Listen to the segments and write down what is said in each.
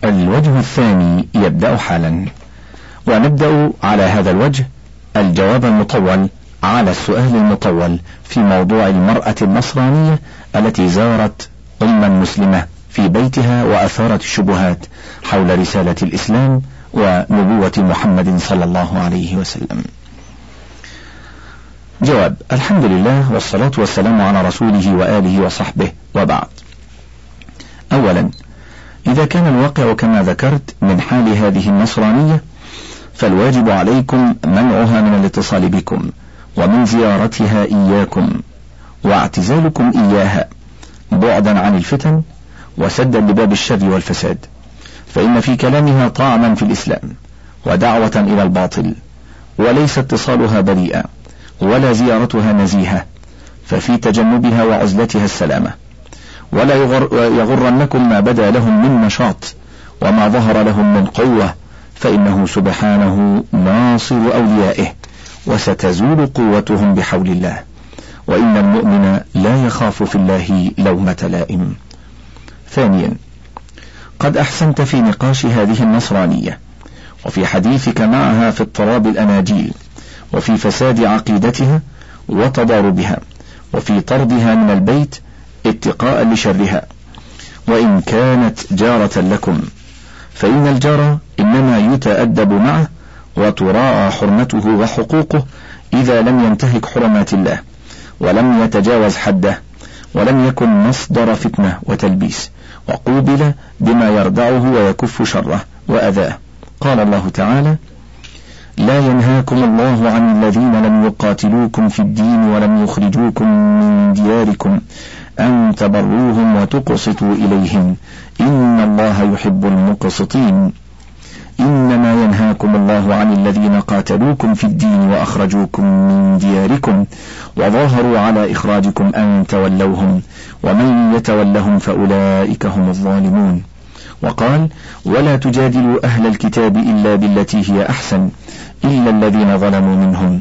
الوجه الثاني يبدأ حالا، ونبدأ على هذا الوجه الجواب المطول على السؤال المطول في موضوع المرأة النصرانية التي زارت أما مسلمة في بيتها وأثارت الشبهات حول رسالة الإسلام ونبوة محمد صلى الله عليه وسلم. جواب: الحمد لله والصلاة والسلام على رسوله وآله وصحبه، وبعد. أولا، إذا كان الواقع كما ذكرت من حال هذه النصرانية فالواجب عليكم منعها من الاتصال بكم ومن زيارتها إياكم واعتزالكم إياها بعدا عن الفتن وسدا لباب الشر والفساد، فإن في كلامها طعنا في الإسلام ودعوة إلى الباطل، وليس اتصالها بريئا ولا زيارتها نزيهة، ففي تجنبها وعزلتها السلامة. ولا يغرنكم ما بدا لهم من نشاط وما ظهر لهم من قوة، فإنه سبحانه ناصر أوليائه وستزول قوتهم بحول الله، وإن المؤمن لا يخاف في الله لومة لائم. ثانيا، قد أحسنت في نقاش هذه النصرانية وفي حديثك معها في اضطراب الأناجيل وفي فساد عقيدتها وتضاربها وفي طردها من البيت اتقاء لشرها، وإن كانت جارة لكم، فإن الجار إنما يتأدب معه وتراعى حرمته وحقوقه إذا لم ينتهك حرمات الله ولم يتجاوز حده ولم يكن مصدر فتنة وتلبيس، وقوبل بما يردعه ويكف شره وأذاه. قال الله تعالى: لا ينهاكم الله عن الذين لم يقاتلوكم في الدين ولم يخرجوكم من دياركم أن تبروهم وتقسطوا إليهم إن الله يحب المقسطين. إنما ينهاكم الله عن الذين قاتلوكم في الدين وأخرجوكم من دياركم وظاهروا على إخراجكم أن تولوهم ومن يتولهم فأولئك هم الظالمون. وقال: ولا تجادلوا أهل الكتاب إلا بالتي هي أحسن إلا الذين ظلموا منهم،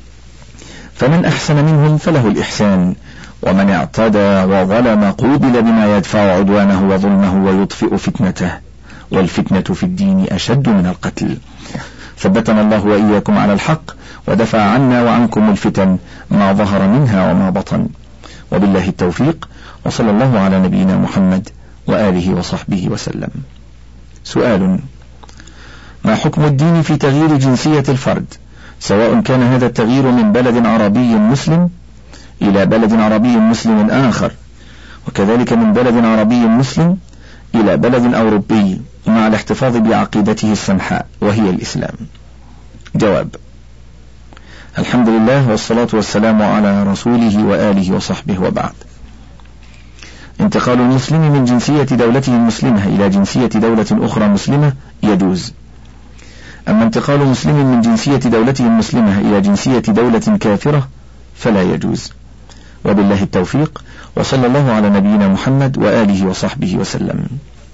فمن أحسن منهم فله الإحسان، ومن اعتدى وظلم قوبل بما يدفع عدوانه وظلمه ويطفئ فتنته، والفتنة في الدين أشد من القتل. ثبتنا الله وإياكم على الحق ودفع عنا وعنكم الفتن ما ظهر منها وما بطن، وبالله التوفيق، وصلى الله على نبينا محمد وآله وصحبه وسلم. سؤال: ما حكم الدين في تغيير جنسية الفرد، سواء كان هذا التغيير من بلد عربي مسلم إلى بلد عربي مسلم آخر، وكذلك من بلد عربي مسلم إلى بلد أوروبي، مع الاحتفاظ بعقيدته السمحاء وهي الإسلام؟ جواب: الحمد لله والصلاة والسلام على رسوله وآله وصحبه، وبعد. انتقال المسلم من جنسية دولته المسلمة إلى جنسية دولة أخرى مسلمة يجوز، أما انتقال مسلم من جنسية دولته المسلمة إلى جنسية دولة كافرة فلا يجوز، وبالله التوفيق، وصلى الله على نبينا محمد وآله وصحبه وسلم.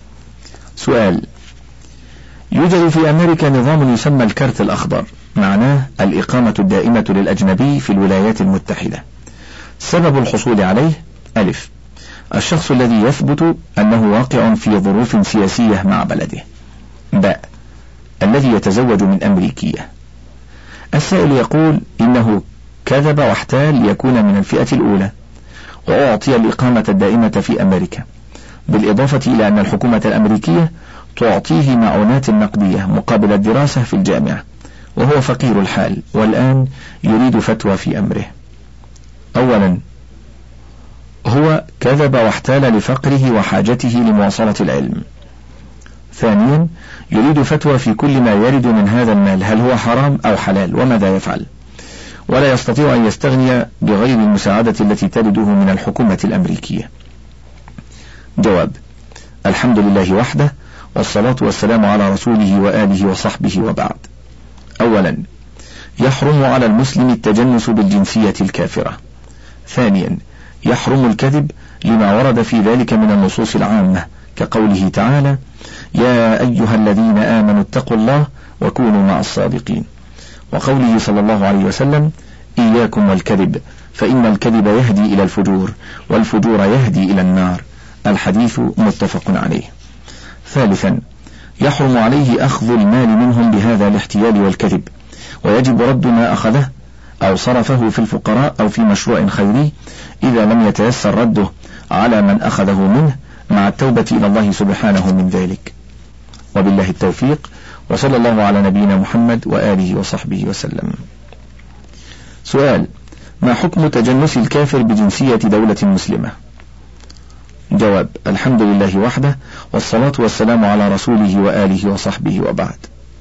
سؤال: يوجد في أمريكا نظام يسمى الكارت الأخضر، معناه الإقامة الدائمة للأجنبي في الولايات المتحدة. سبب الحصول عليه: ألف، الشخص الذي يثبت أنه واقع في ظروف سياسية مع بلده. باء، الذي يتزوج من أمريكية. السائل يقول إنه كذب واحتال ليكون من الفئة الأولى، وأعطي الإقامة الدائمة في أمريكا، بالإضافة إلى أن الحكومة الأمريكية تعطيه معونات نقدية مقابل الدراسة في الجامعة، وهو فقير الحال والآن يريد فتوى في أمره. أولا، هو كذب واحتال لفقره وحاجته لمواصلة العلم. ثانيا، يريد فتوى في كل ما يرد من هذا المال، هل هو حرام أو حلال وماذا يفعل، ولا يستطيع أن يستغني بغير المساعدة التي ترده من الحكومة الأمريكية. جواب: الحمد لله وحده، والصلاة والسلام على رسوله وآله وصحبه، وبعد. أولا، يحرم على المسلم التجنس بالجنسية الكافرة. ثانيا، يحرم الكذب لما ورد في ذلك من النصوص العامة، كقوله تعالى: يا أيها الذين آمنوا اتقوا الله وكونوا مع الصادقين، وقوله صلى الله عليه وسلم: إياكم والكذب فإن الكذب يهدي إلى الفجور والفجور يهدي إلى النار. الحديث متفق عليه. ثالثا، يحرم عليه أخذ المال منهم بهذا الاحتيال والكذب، ويجب رد ما أخذه أو صرفه في الفقراء أو في مشروع خيري إذا لم يتيسر رده على من أخذه منه، مع التوبة إلى الله سبحانه من ذلك. وبالله التوفيق، وصلى الله على نبينا محمد وآله وصحبه وسلم. سؤال: ما حكم تجنس الكافر بجنسية دولة مسلمة؟ جواب: الحمد لله وحده، والصلاة والسلام على رسوله وآله وصحبه، وبعد.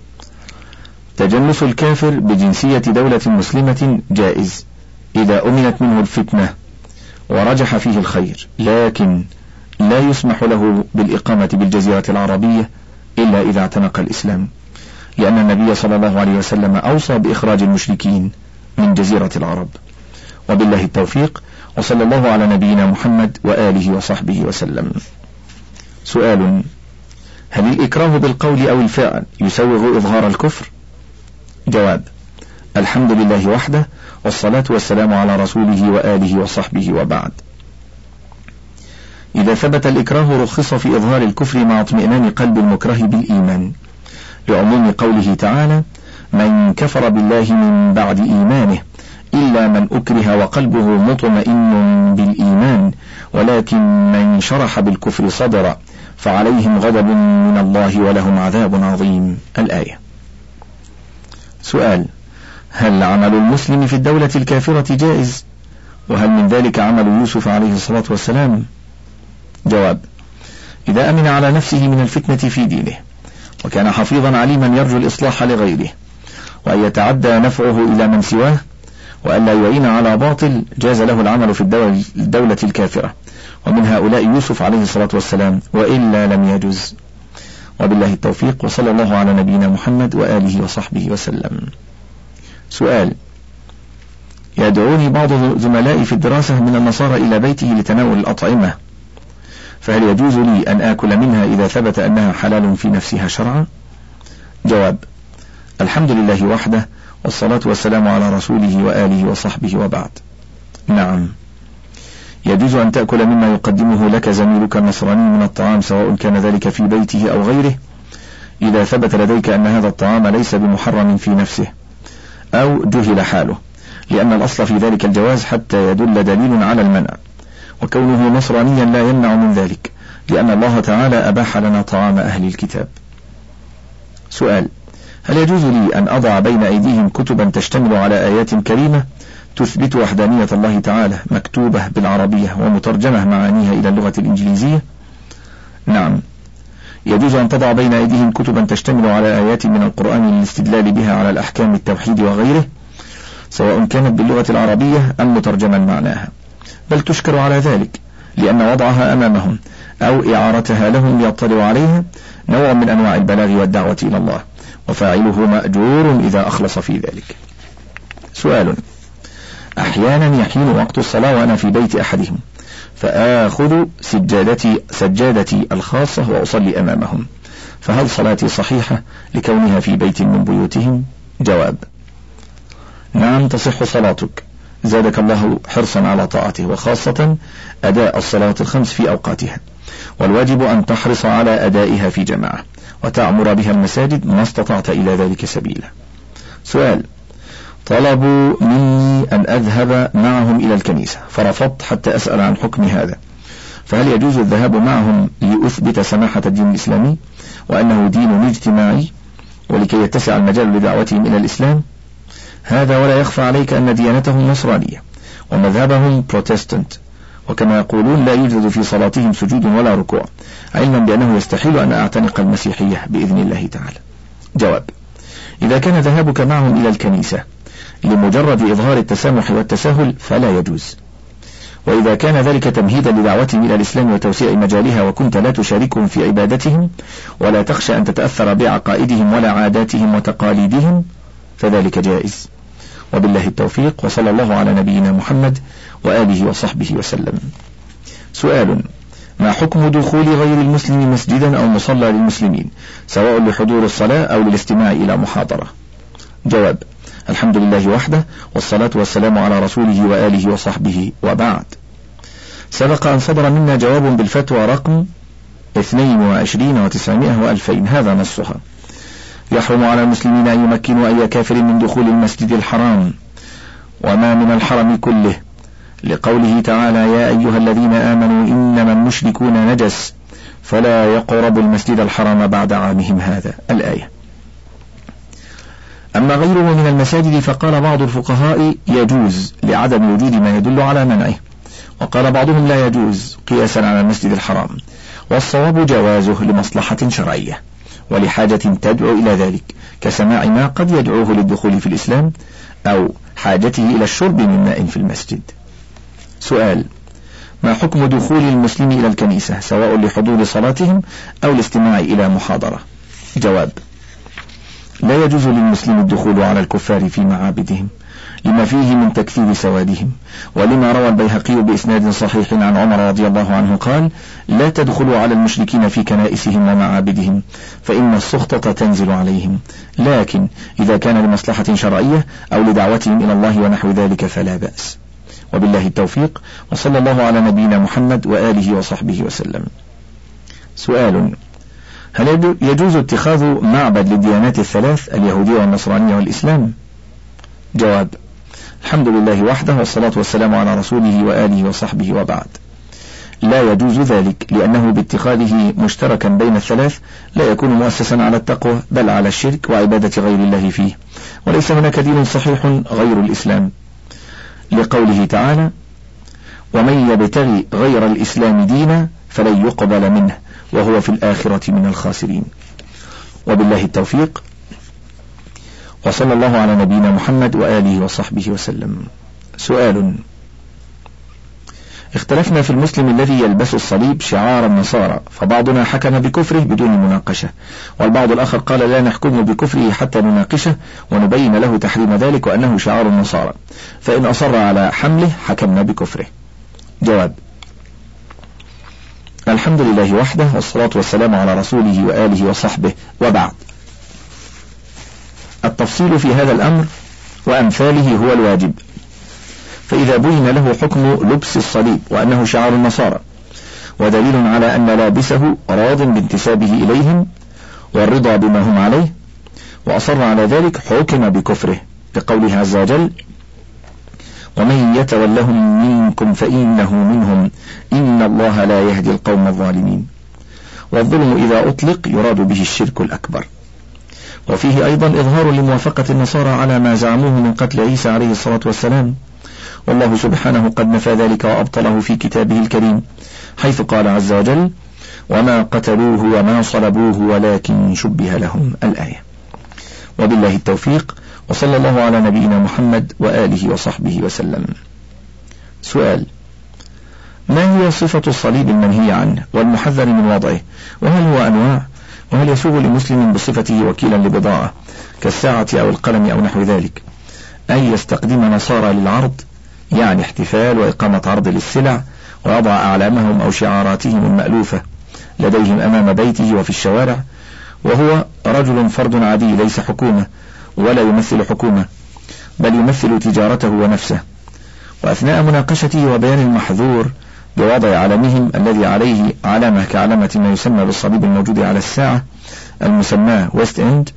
تجنس الكافر بجنسية دولة مسلمة جائز إذا أمنت منه الفتنة ورجح فيه الخير، لكن لا يسمح له بالإقامة بالجزيرة العربية إلا إذا اعتنق الإسلام، لأن النبي صلى الله عليه وسلم أوصى بإخراج المشركين من جزيرة العرب. وبالله التوفيق، وصلى الله على نبينا محمد وآله وصحبه وسلم. سؤال: هل الإكراه بالقول أو الفعل يسوغ إظهار الكفر؟ جواب: الحمد لله وحده، والصلاة والسلام على رسوله وآله وصحبه، وبعد. إذا ثبت الإكراه رخص في إظهار الكفر مع اطمئنان قلب المكره بالإيمان، لعموم قوله تعالى: من كفر بالله من بعد إيمانه إلا من أكره وقلبه مطمئن بالإيمان ولكن من شرح بالكفر صدرا فعليهم غضب من الله ولهم عذاب عظيم. الآية. سؤال: هل عمل المسلم في الدولة الكافرة جائز؟ وهل من ذلك عمل يوسف عليه الصلاة والسلام؟ جواب: إذا أمن على نفسه من الفتنة في دينه، وكان حفيظا عليما يرجو الإصلاح لغيره، وأن يتعدى نفعه إلى من سواه، وأن لا يعين على باطل، جاز له العمل في الدولة الكافرة، ومن هؤلاء يوسف عليه الصلاة والسلام، وإلا لم يجز. وبالله التوفيق، وصلى الله على نبينا محمد وآله وصحبه وسلم. سؤال: يدعوني بعض زملائي في الدراسة من النصارى إلى بيته لتناول الأطعمة، فهل يجوز لي أن آكل منها إذا ثبت أنها حلال في نفسها شرعا؟ جواب: الحمد لله وحده، والصلاة والسلام على رسوله وآله وصحبه، وبعد. نعم، يجوز أن تأكل مما يقدمه لك زميلك النصراني من الطعام، سواء كان ذلك في بيته أو غيره، إذا ثبت لديك أن هذا الطعام ليس بمحرم في نفسه أو جهل حاله، لأن الأصل في ذلك الجواز حتى يدل دليل على المنع، وكونه نصرانيا لا يمنع من ذلك، لأن الله تعالى أباح لنا طعام أهل الكتاب. سؤال: هل يجوز لي أن أضع بين أيديهم كتبا تشتمل على آيات كريمة تثبت وحدانية الله تعالى، مكتوبة بالعربية ومترجمة معانيها إلى اللغة الإنجليزية؟ نعم، يجوز أن تضع بين أيديهم كتبا تشتمل على آيات من القرآن للاستدلال بها على الأحكام التوحيد وغيره، سواء كانت باللغة العربية أم مترجما معناها، بل تشكر على ذلك، لأن وضعها أمامهم أو إعارتها لهم ليطلعوا عليها نوع من أنواع البلاغ والدعوة إلى الله، وفاعله مأجور إذا أخلص في ذلك. سؤال: أحيانا يحين وقت الصلاة وأنا في بيت أحدهم، فآخذ سجادتي الخاصة وأصلي أمامهم، فهل صلاتي صحيحة لكونها في بيت من بيوتهم؟ جواب: نعم، تصح صلاتك، زادك الله حرصا على طاعته، وخاصة أداء الصلاة الخمس في أوقاتها، والواجب أن تحرص على أدائها في جماعة، وتعمر بها المساجد ما استطعت إلى ذلك سبيلا. سؤال: طلبوا مني أن أذهب معهم إلى الكنيسة، فرفضت حتى أسأل عن حكم هذا، فهل يجوز الذهاب معهم لأثبت سماحة الدين الإسلامي وأنه دين اجتماعي، ولكي يتسع المجال لدعوتهم إلى الإسلام؟ هذا ولا يخفى عليك أن ديانتهم نصرانية ومذهبهم بروتستانت، وكما يقولون لا يوجد في صلاتهم سجود ولا ركوع، علما بأنه يستحيل أن أعتنق المسيحية بإذن الله تعالى. جواب: إذا كان ذهابك معهم إلى الكنيسة لمجرد إظهار التسامح والتساهل فلا يجوز، وإذا كان ذلك تمهيدا لدعوتهم إلى الإسلام وتوسيع مجالها، وكنت لا تشاركهم في عبادتهم ولا تخشى أن تتأثر بعقائدهم ولا عاداتهم وتقاليدهم، فذلك جائز. وبالله التوفيق، وصلى الله على نبينا محمد وآله وصحبه وسلم. سؤال: ما حكم دخول غير المسلم مسجدا أو مصلى للمسلمين، سواء لحضور الصلاة أو للاستماع إلى محاضرة؟ جواب: الحمد لله وحده، والصلاة والسلام على رسوله وآله وصحبه، وبعد. سبق أن صدر منا جواب بالفتوى رقم 22 و900 و2000. هذا نصها. يحرم على المسلمين أن يمكنوا أي كافر من دخول المسجد الحرام وما من الحرم كله، لقوله تعالى: يا أيها الذين آمنوا إنما المشركون نجس فلا يقربوا المسجد الحرام بعد عامهم هذا، الآية. أما غيره من المساجد فقال بعض الفقهاء يجوز لعدم وجود ما يدل على منعه، وقال بعضهم لا يجوز قياسا على المسجد الحرام، والصواب جوازه لمصلحة شرعية ولحاجة تدعو إلى ذلك، كسماع ما قد يدعوه للدخول في الإسلام أو حاجته إلى الشرب من ماء في المسجد. سؤال: ما حكم دخول المسلم إلى الكنيسة سواء لحضور صلاتهم أو الاستماع إلى محاضرة؟ جواب: لا يجوز للمسلم الدخول على الكفار في معابدهم لما فيه من تكثير سوادهم، ولما روى البيهقي بإسناد صحيح عن عمر رضي الله عنه قال: لا تدخلوا على المشركين في كنائسهم ومعابدهم فإن السخطة تنزل عليهم، لكن إذا كان لمصلحة شرعية أو لدعوتهم إلى الله ونحو ذلك فلا بأس. وبالله التوفيق، وصلى الله على نبينا محمد وآله وصحبه وسلم. سؤال: هل يجوز اتخاذ معبد للديانات الثلاث اليهودية والنصرانية والإسلام؟ جواب: الحمد لله وحده، والصلاة والسلام على رسوله وآله وصحبه، وبعد. لا يجوز ذلك، لأنه باتخاذه مشتركا بين الثلاث لا يكون مؤسسا على التقوى بل على الشرك وعبادة غير الله فيه، وليس هناك دين صحيح غير الإسلام، لقوله تعالى: ومن يبتغي غير الإسلام دينا فلن يقبل منه وهو في الآخرة من الخاسرين. وبالله التوفيق، وصلى الله على نبينا محمد وآله وصحبه وسلم. سؤال: اختلفنا في المسلم الذي يلبس الصليب شعار النصارى، فبعضنا حكم بكفره بدون مناقشة، والبعض الآخر قال لا نحكم بكفره حتى نناقشه ونبين له تحريم ذلك وأنه شعار النصارى، فإن أصر على حمله حكمنا بكفره. جواب: الحمد لله وحده، والصلاة والسلام على رسوله وآله وصحبه، وبعد. التفصيل في هذا الأمر وأمثاله هو الواجب، فإذا بين له حكم لبس الصليب وأنه شعار النصارى ودليل على أن لابسه راض بانتسابه إليهم والرضا بما هم عليه وأصر على ذلك حكم بكفره، لقوله عز وجل: ومن يتولهم منكم فإنه منهم إن الله لا يهدي القوم الظالمين. والظلم إذا أطلق يراد به الشرك الأكبر. وفيه أيضا إظهار لموافقة النصارى على ما زعموه من قتل عيسى عليه الصلاة والسلام، والله سبحانه قد نفى ذلك وأبطله في كتابه الكريم، حيث قال عز وجل: وما قتلوه وما صلبوه ولكن شبه لهم، الآية. وبالله التوفيق، وصلى الله على نبينا محمد وآله وصحبه وسلم. سؤال: ما هي صفة الصليب المنهي عنه والمحذر من وضعه، وهل هو أنواع، وهل يسوغ لمسلم بصفته وكيلا لبضاعة كالساعة أو القلم أو نحو ذلك أن يستخدم نصارى للعرض، يعني احتفال وإقامة عرض للسلع، ويضع أعلامهم أو شعاراتهم المألوفة لديهم أمام بيته وفي الشوارع، وهو رجل فرد عادي ليس حكومة ولا يمثل حكومة بل يمثل تجارته ونفسه، وأثناء مناقشته وبيان المحذور بوضع علمهم الذي عليه علامة كعلامة ما يسمى بالصليب الموجود على الساعة المسماة ويست إند،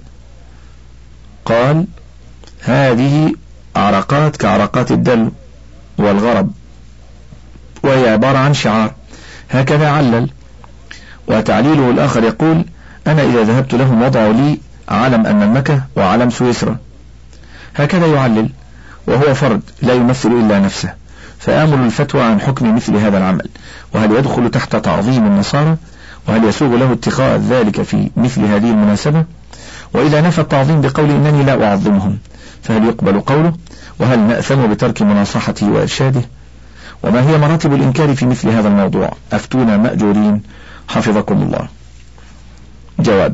قال: هذه عرقات كعرقات الدلو والغرب، وهي عبارة عن شعار، هكذا علل. وتعليله الآخر يقول: أنا إذا ذهبت لهم وضعوا لي علم أمام مكة وعلم سويسرا، هكذا يعلل، وهو فرد لا يمثل إلا نفسه، فآمل الفتوى عن حكم مثل هذا العمل، وهل يدخل تحت تعظيم النصارى، وهل يسوغ له اتخاذ ذلك في مثل هذه المناسبة، وإذا نفى التعظيم بقول إنني لا أعظمهم فهل يقبل قوله، وهل نأثم بترك مناصحته وإرشاده، وما هي مراتب الإنكار في مثل هذا الموضوع؟ أفتونا مأجورين حفظكم الله. جواب: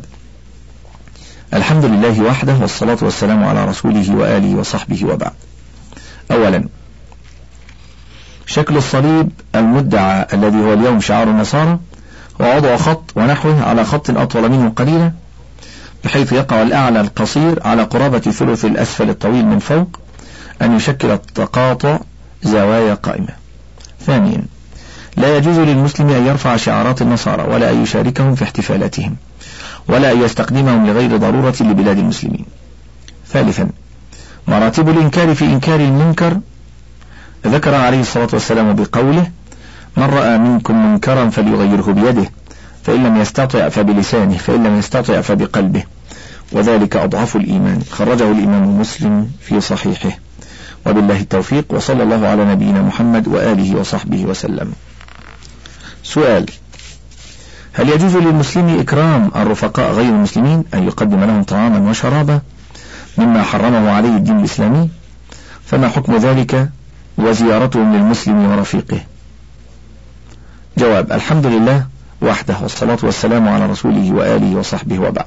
الحمد لله وحده، والصلاة والسلام على رسوله وآله وصحبه، وبعد. أولا، شكل الصليب المدعى الذي هو اليوم شعار النصارى هو وضع خط ونحوه على خط أطول منه قليلا، بحيث يقع الأعلى القصير على قرابة ثلث الأسفل الطويل من فوق، أن يشكل التقاطع زوايا قائمة. ثانيا، لا يجوز للمسلم أن يرفع شعارات النصارى ولا أن يشاركهم في احتفالاتهم ولا أن يستخدمهم لغير ضرورة لبلاد المسلمين. ثالثا، مراتب الإنكار في إنكار المنكر ذكر عليه الصلاة والسلام بقوله: من رأى منكم منكرا فليغيره بيده، فإن لم يستطع فبلسانه، فإن لم يستطع فبقلبه، وذلك أضعف الإيمان. خرجه الإمام مسلم في صحيحه. وبالله التوفيق، وصلى الله على نبينا محمد وآله وصحبه وسلم. سؤال: هل يجوز للمسلم إكرام الرفقاء غير المسلمين، أن يقدم لهم طعاما وشرابا مما حرمه عليه الدين الإسلامي؟ فما حكم ذلك وزيارتهم للمسلم ورفيقه؟ جواب: الحمد لله وحده، والصلاة والسلام على رسوله وآله وصحبه، وبعد.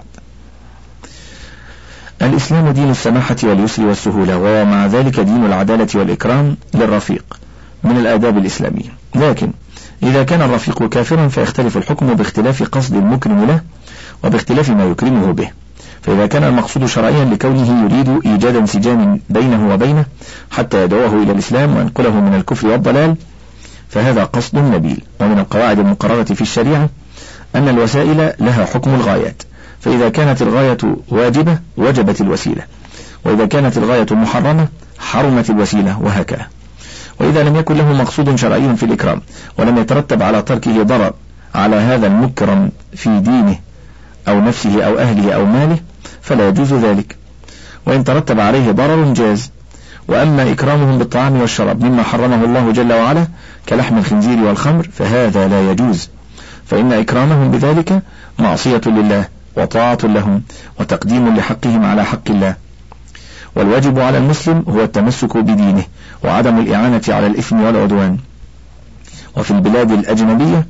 الإسلام دين السماحة واليسر والسهولة، ومع ذلك دين العدالة والإكرام للرفيق من الآداب الإسلامية. لكن إذا كان الرفيق كافرا فيختلف الحكم باختلاف قصد المكرم له وباختلاف ما يكرمه به. فإذا كان المقصود شرعيا لكونه يريد إيجاد انسجام بينه وبينه حتى يدعوه إلى الإسلام وينقله من الكفر والضلال فهذا قصد نبيل. ومن القواعد المقررة في الشريعة أن الوسائل لها حكم الغايات، فإذا كانت الغاية واجبة وجبت الوسيلة، وإذا كانت الغاية محرمة حرمت الوسيلة، وهكذا. وإذا لم يكن له مقصود شرعي في الإكرام ولم يترتب على تركه ضرر على هذا المكرم في دينه أو نفسه أو أهله أو ماله فلا يجوز ذلك، وإن ترتب عليه ضرر جاز. وأما إكرامهم بالطعام والشراب مما حرمه الله جل وعلا كلحم الخنزير والخمر فهذا لا يجوز، فإن إكرامهم بذلك معصية لله وطاعة لهم وتقديم لحقهم على حق الله. والواجب على المسلم هو التمسك بدينه وعدم الإعانة على الإثم والعدوان. وفي البلاد الأجنبية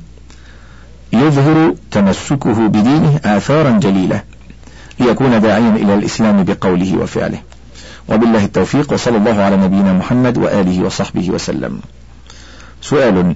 يظهر تمسكه بدينه آثارا جليلة ليكون داعيا إلى الإسلام بقوله وفعله. وبالله التوفيق، وصلى الله على نبينا محمد وآله وصحبه وسلم. سؤال: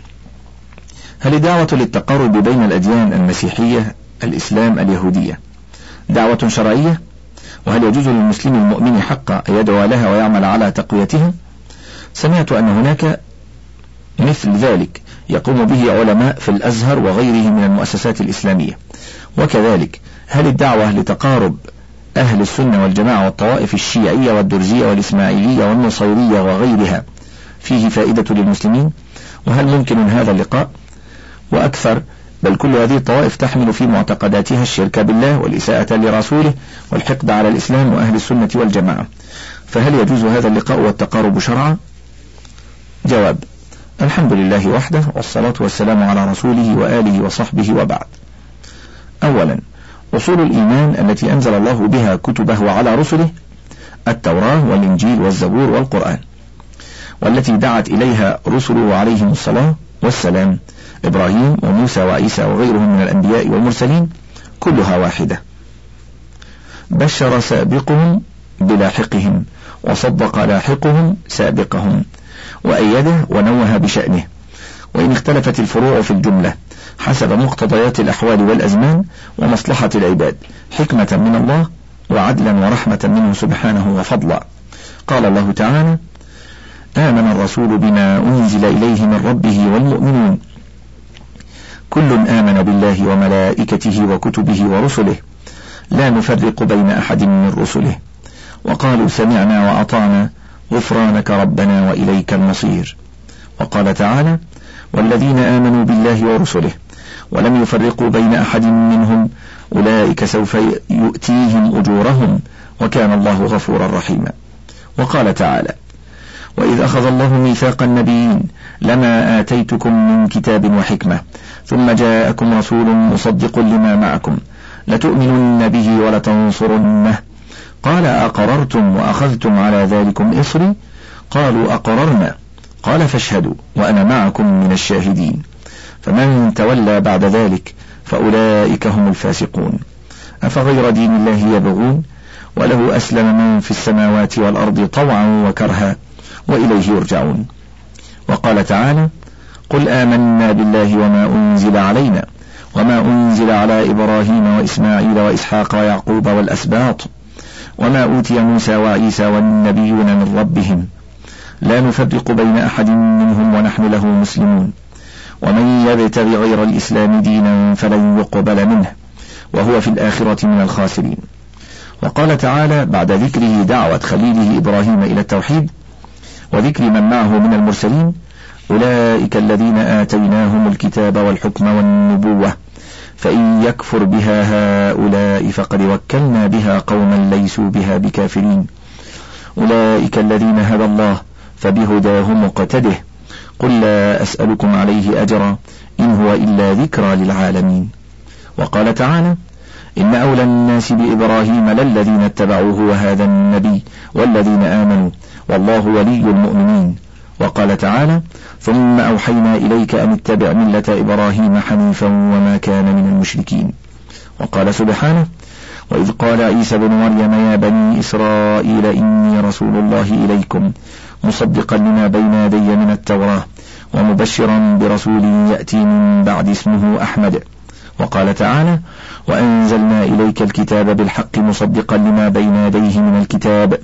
هل الدعوة للتقارب بين الأديان المسيحية الإسلام اليهودية دعوة شرعية؟ وهل يجوز للمسلم المؤمن حقا أن يدعو لها ويعمل على تقويتها؟ سمعت أن هناك مثل ذلك يقوم به علماء في الأزهر وغيره من المؤسسات الإسلامية. وكذلك هل الدعوة لتقارب أهل السنة والجماعة والطوائف الشيعية والدرزية والإسماعيلية والنصيرية وغيرها فيه فائدة للمسلمين؟ وهل ممكن هذا اللقاء؟ وأكثر بل كل هذه الطوائف تحمل في معتقداتها الشرك بالله والإساءة لرسوله والحقد على الإسلام وأهل السنة والجماعة، فهل يجوز هذا اللقاء والتقارب شرعا؟ جواب: الحمد لله وحده، والصلاة والسلام على رسوله وآله وصحبه، وبعد. أولا، أصول الإيمان التي أنزل الله بها كتبه على رسله التوراة والإنجيل والزبور والقرآن، والتي دعت إليها رسله عليهم الصلاة والسلام إبراهيم وموسى وعيسى وغيرهم من الأنبياء والمرسلين، كلها واحدة. بشر سابقهم بلاحقهم وصدق لاحقهم سابقهم، وأيده ونوه بشأنه، وإن اختلفت الفروع في الجملة حسب مقتضيات الأحوال والأزمان ومصلحة العباد حكمة من الله وعدلا ورحمة منه سبحانه وفضلا. قال الله تعالى: آمن الرسول بما أنزل إليه من ربه والمؤمنون كل آمن بالله وملائكته وكتبه ورسله لا نفرق بين أحد من رسله وقالوا سمعنا وأطعنا غفرانك ربنا وإليك المصير. وقال تعالى: والذين آمنوا بالله ورسله ولم يفرقوا بين أحد منهم أولئك سوف يؤتيهم أجورهم وكان الله غفورا رحيما. وقال تعالى: وإذ أخذ الله ميثاق النبيين لما آتيتكم من كتاب وحكمة ثم جاءكم رسول مصدق لما معكم لتؤمنن به ولتنصرنه قال أقررتم وأخذتم على ذلكم إصري قالوا أقررنا قال فاشهدوا وأنا معكم من الشاهدين فمن تولى بعد ذلك فأولئك هم الفاسقون. أفغير دين الله يبغون وله أسلم من في السماوات والأرض طوعا وكرها وإليه يرجعون. وقال تعالى: قل آمنا بالله وما أنزل علينا وما أنزل على إبراهيم وإسماعيل وإسحاق ويعقوب والأسباط وما أوتي موسى وعيسى والنبيون من ربهم لا نفرق بين أحد منهم ونحن له مسلمون ومن يبتغ غير الإسلام دينا فلن يقبل منه وهو في الآخرة من الخاسرين. وقال تعالى بعد ذكره دعوة خليله إبراهيم إلى التوحيد وذكر من معه من المرسلين: أولئك الذين آتيناهم الكتاب والحكم والنبوة فإن يكفر بها هؤلاء فقد وكلنا بها قوما ليسوا بها بكافرين، أولئك الذين هدى الله فبهداه مقتده، قل لا أسألكم عليه أجرا إن هو إلا ذكرى للعالمين. وقال تعالى: إن أولى الناس بإبراهيم للذين اتبعوه وهذا النبي والذين آمنوا والله ولي المؤمنين. وقال تعالى: ثم أوحينا إليك أن اتبع ملة إبراهيم حنيفا وما كان من المشركين. وقال سبحانه: وإذ قال عيسى بن مريم يا بني إسرائيل إني رسول الله إليكم مصدقا لما بين يدي من التوراة ومبشرا برسول يأتي من بعد اسمه أحمد. وقال تعالى: وأنزلنا إليك الكتاب بالحق مصدقا لما بين يديه من الكتاب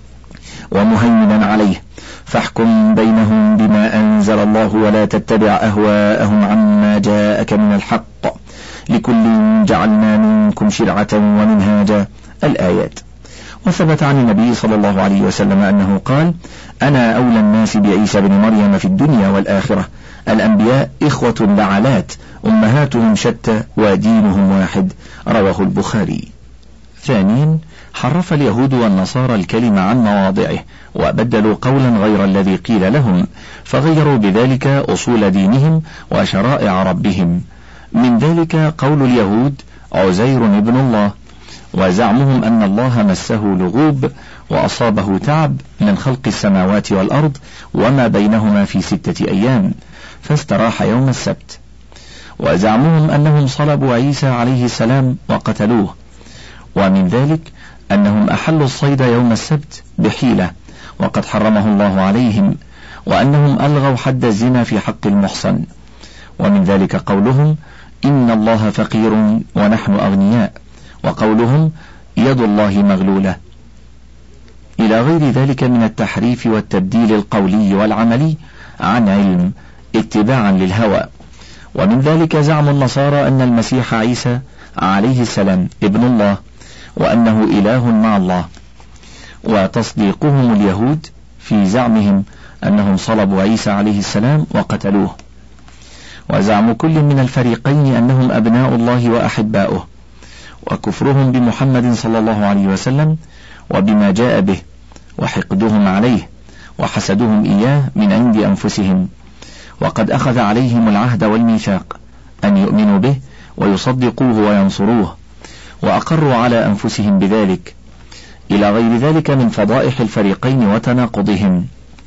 ومهيمنا عليه فاحكم بينهم بما أنزل الله ولا تتبع أهواءهم عما جاءك من الحق لكل جعلنا منكم شرعة ومنهاجا. الآيات. وثبت عن النبي صلى الله عليه وسلم أنه قال: أنا أولى الناس بعيسى بن مريم في الدنيا والآخرة، الأنبياء إخوة لعلات أمهاتهم شتى ودينهم واحد. رواه البخاري. ثانيا، حرف اليهود والنصارى الكلمة عن مواضعه وبدلوا قولا غير الذي قيل لهم، فغيروا بذلك أصول دينهم وشرائع ربهم. من ذلك قول اليهود عزير ابن الله، وزعمهم أن الله مسه لغوب وأصابه تعب من خلق السماوات والأرض وما بينهما في 6 أيام فاستراح يوم السبت. وزعمهم أنهم صلبوا عيسى عليه السلام وقتلوه. ومن ذلك أنهم أحلوا الصيد يوم السبت بحيلة وقد حرمه الله عليهم، وأنهم ألغوا حد الزنا في حق المحصن. ومن ذلك قولهم إن الله فقير ونحن أغنياء، وقولهم يد الله مغلولة، إلى غير ذلك من التحريف والتبديل القولي والعملي عن علم اتباعا للهوى. ومن ذلك زعم النصارى أن المسيح عيسى عليه السلام ابن الله وأنه إله مع الله، وتصديقهم اليهود في زعمهم أنهم صلبوا عيسى عليه السلام وقتلوه. وزعم كل من الفريقين أنهم أبناء الله وأحباؤه، وكفرهم بمحمد صلى الله عليه وسلم وبما جاء به، وحقدهم عليه وحسدهم إياه من عند أنفسهم، وقد أخذ عليهم العهد والميثاق أن يؤمنوا به ويصدقوه وينصروه، وأقروا على أنفسهم بذلك، إلى غير ذلك من فضائح الفريقين وتناقضهم.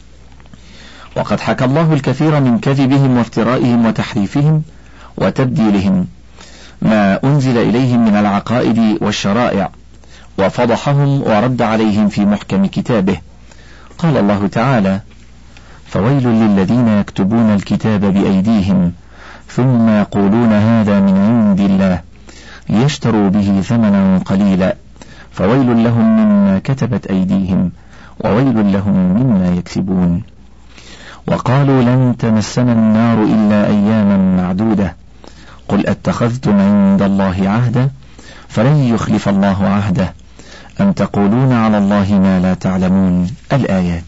وقد حكى الله الكثير من كذبهم وافترائهم وتحريفهم وتبديلهم ما أنزل إليهم من العقائد والشرائع، وفضحهم ورد عليهم في محكم كتابه. قال الله تعالى: فويل للذين يكتبون الكتاب بأيديهم ثم يقولون هذا من عند الله ليشتروا به ثمنا قليلا فويل لهم مما كتبت أيديهم وويل لهم مما يكسبون. وقالوا لن تمسنا النار إلا أياما معدودة قل أتخذتم عند الله عهدا فلن يخلف الله عهده أم تقولون على الله ما لا تعلمون. الآيات.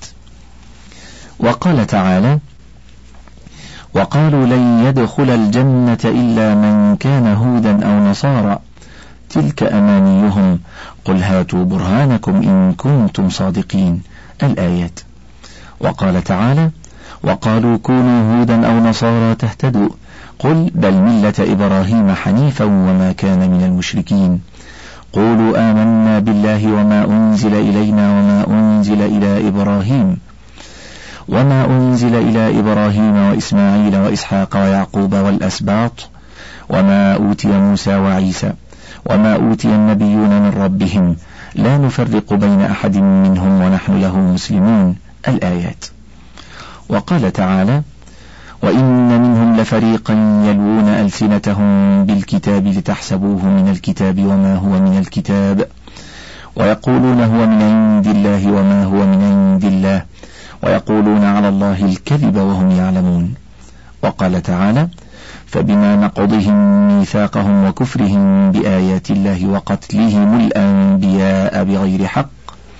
وقال تعالى: وقالوا لن يدخل الجنة إلا من كان هودا أو نصارى تلك أمانيهم قل هاتوا برهانكم إن كنتم صادقين. الآيات. وقال تعالى: وقالوا كونوا هودا أو نصارى تهتدوا قل بل ملة إبراهيم حنيفا وما كان من المشركين قولوا آمنا بالله وما أنزل إلينا وما أنزل إلى إبراهيم وإسماعيل وإسحاق ويعقوب والأسباط وما أوتي موسى وعيسى وما أوتي النبيون من ربهم لا نفرق بين أحد منهم ونحن له مسلمون. الآيات. وقال تعالى: وإن منهم لفريقا يلوون ألسنتهم بالكتاب لتحسبوه من الكتاب وما هو من الكتاب ويقولون هو من عند الله وما هو من عند الله ويقولون على الله الكذب وهم يعلمون. وقال تعالى: فبما نقضهم ميثاقهم وكفرهم بآيات الله وقتلهم الأنبياء بغير حق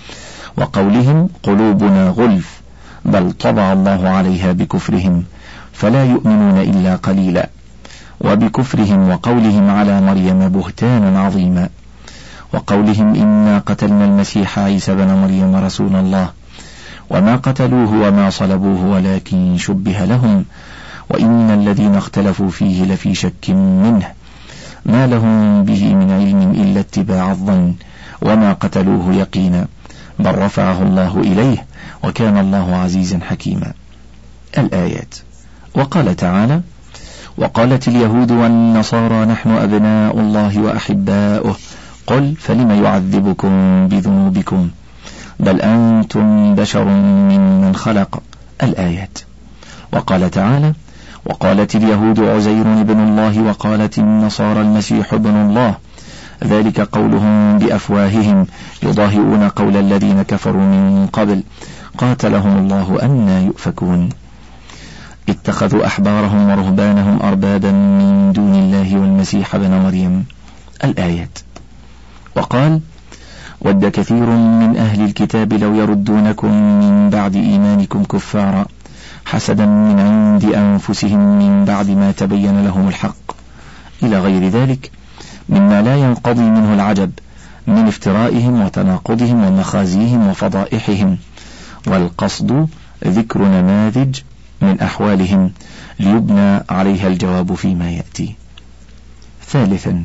وقولهم قلوبنا غلف بل طبع الله عليها بكفرهم فلا يؤمنون إلا قليلا، وبكفرهم وقولهم على مريم بهتانا عظيما، وقولهم إنا قتلنا المسيح عيسى بن مريم رسول الله وما قتلوه وما صلبوه ولكن شبه لهم وإن الذين اختلفوا فيه لفي شك منه ما لهم به من علم إلا اتباع الظن وما قتلوه يقينا بل رفعه الله إليه وكان الله عزيزا حكيما. الآيات. وقال تعالى: وقالت اليهود والنصارى نحن أبناء الله وأحباؤه قل فلم يعذبكم بذنوبكم بل أنتم بشر ممن خلق. الآيات. وقال تعالى: وقالت اليهود عزير ابن الله وقالت النصارى المسيح ابن الله ذلك قولهم بأفواههم يضاهئون قول الذين كفروا من قبل قاتلهم الله أنى يؤفكون. اتخذوا أحبارهم ورهبانهم أربابا من دون الله والمسيح ابن مريم. الآيات. وقال: ود كثير من أهل الكتاب لو يردونكم من بعد إيمانكم كفارا حسدا من عند أنفسهم من بعد ما تبين لهم الحق إلى غير ذلك مما لا ينقضي منه العجب من افترائهم وتناقضهم ومخازيهم وفضائحهم، والقصد ذكر نماذج من أحوالهم ليبنى عليها الجواب فيما يأتي. ثالثا،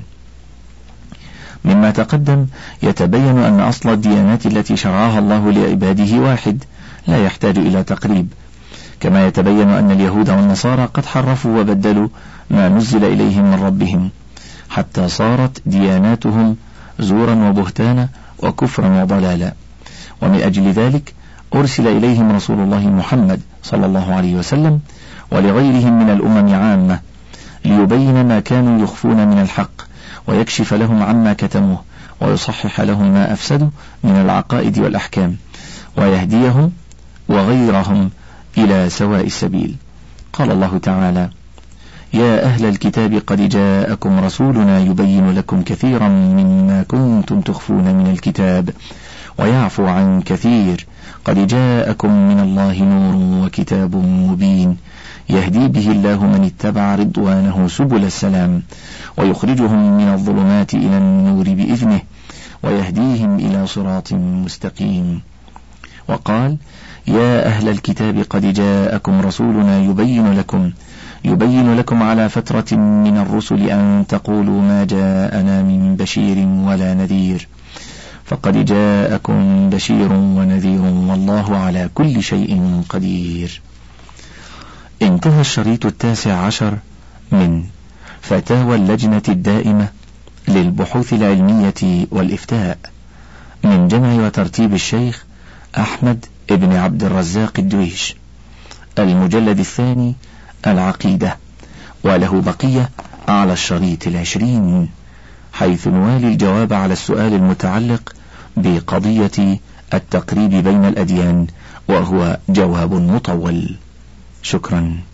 مما تقدم يتبين أن أصل الديانات التي شرعها الله لعباده واحد لا يحتاج إلى تقريب، كما يتبين أن اليهود والنصارى قد حرفوا وبدلوا ما نزل إليهم من ربهم حتى صارت دياناتهم زورا وبهتانا وكفرا وضلالا، ومن أجل ذلك أرسل إليهم رسول الله محمد صلى الله عليه وسلم ولغيرهم من الأمم عامة ليبين ما كانوا يخفون من الحق ويكشف لهم عما كتموه ويصحح لهم ما أفسدوا من العقائد والأحكام ويهديهم وغيرهم إلى سواء السبيل. قال الله تعالى: يا أهل الكتاب قد جاءكم رسولنا يبين لكم كثيرا مما كنتم تخفون من الكتاب ويعفو عن كثير قد جاءكم من الله نور وكتاب مبين يهدي به الله من اتبع رضوانه سبل السلام ويخرجهم من الظلمات إلى النور بإذنه ويهديهم إلى صراط مستقيم. وقال: يا أهل الكتاب قد جاءكم رسولنا يبين لكم على فترة من الرسل أن تقولوا ما جاءنا من بشير ولا نذير فقد جاءكم بشير ونذير والله على كل شيء قدير. انتهى الشريط 19 من فتاوى اللجنة الدائمة للبحوث العلمية والإفتاء من جمع وترتيب الشيخ أحمد ابن عبد الرزاق الدويش، المجلد 2 العقيدة، وله بقية على الشريط 20 حيث نوالي الجواب على السؤال المتعلق بقضية التقريب بين الأديان وهو جواب مطول. شكرا.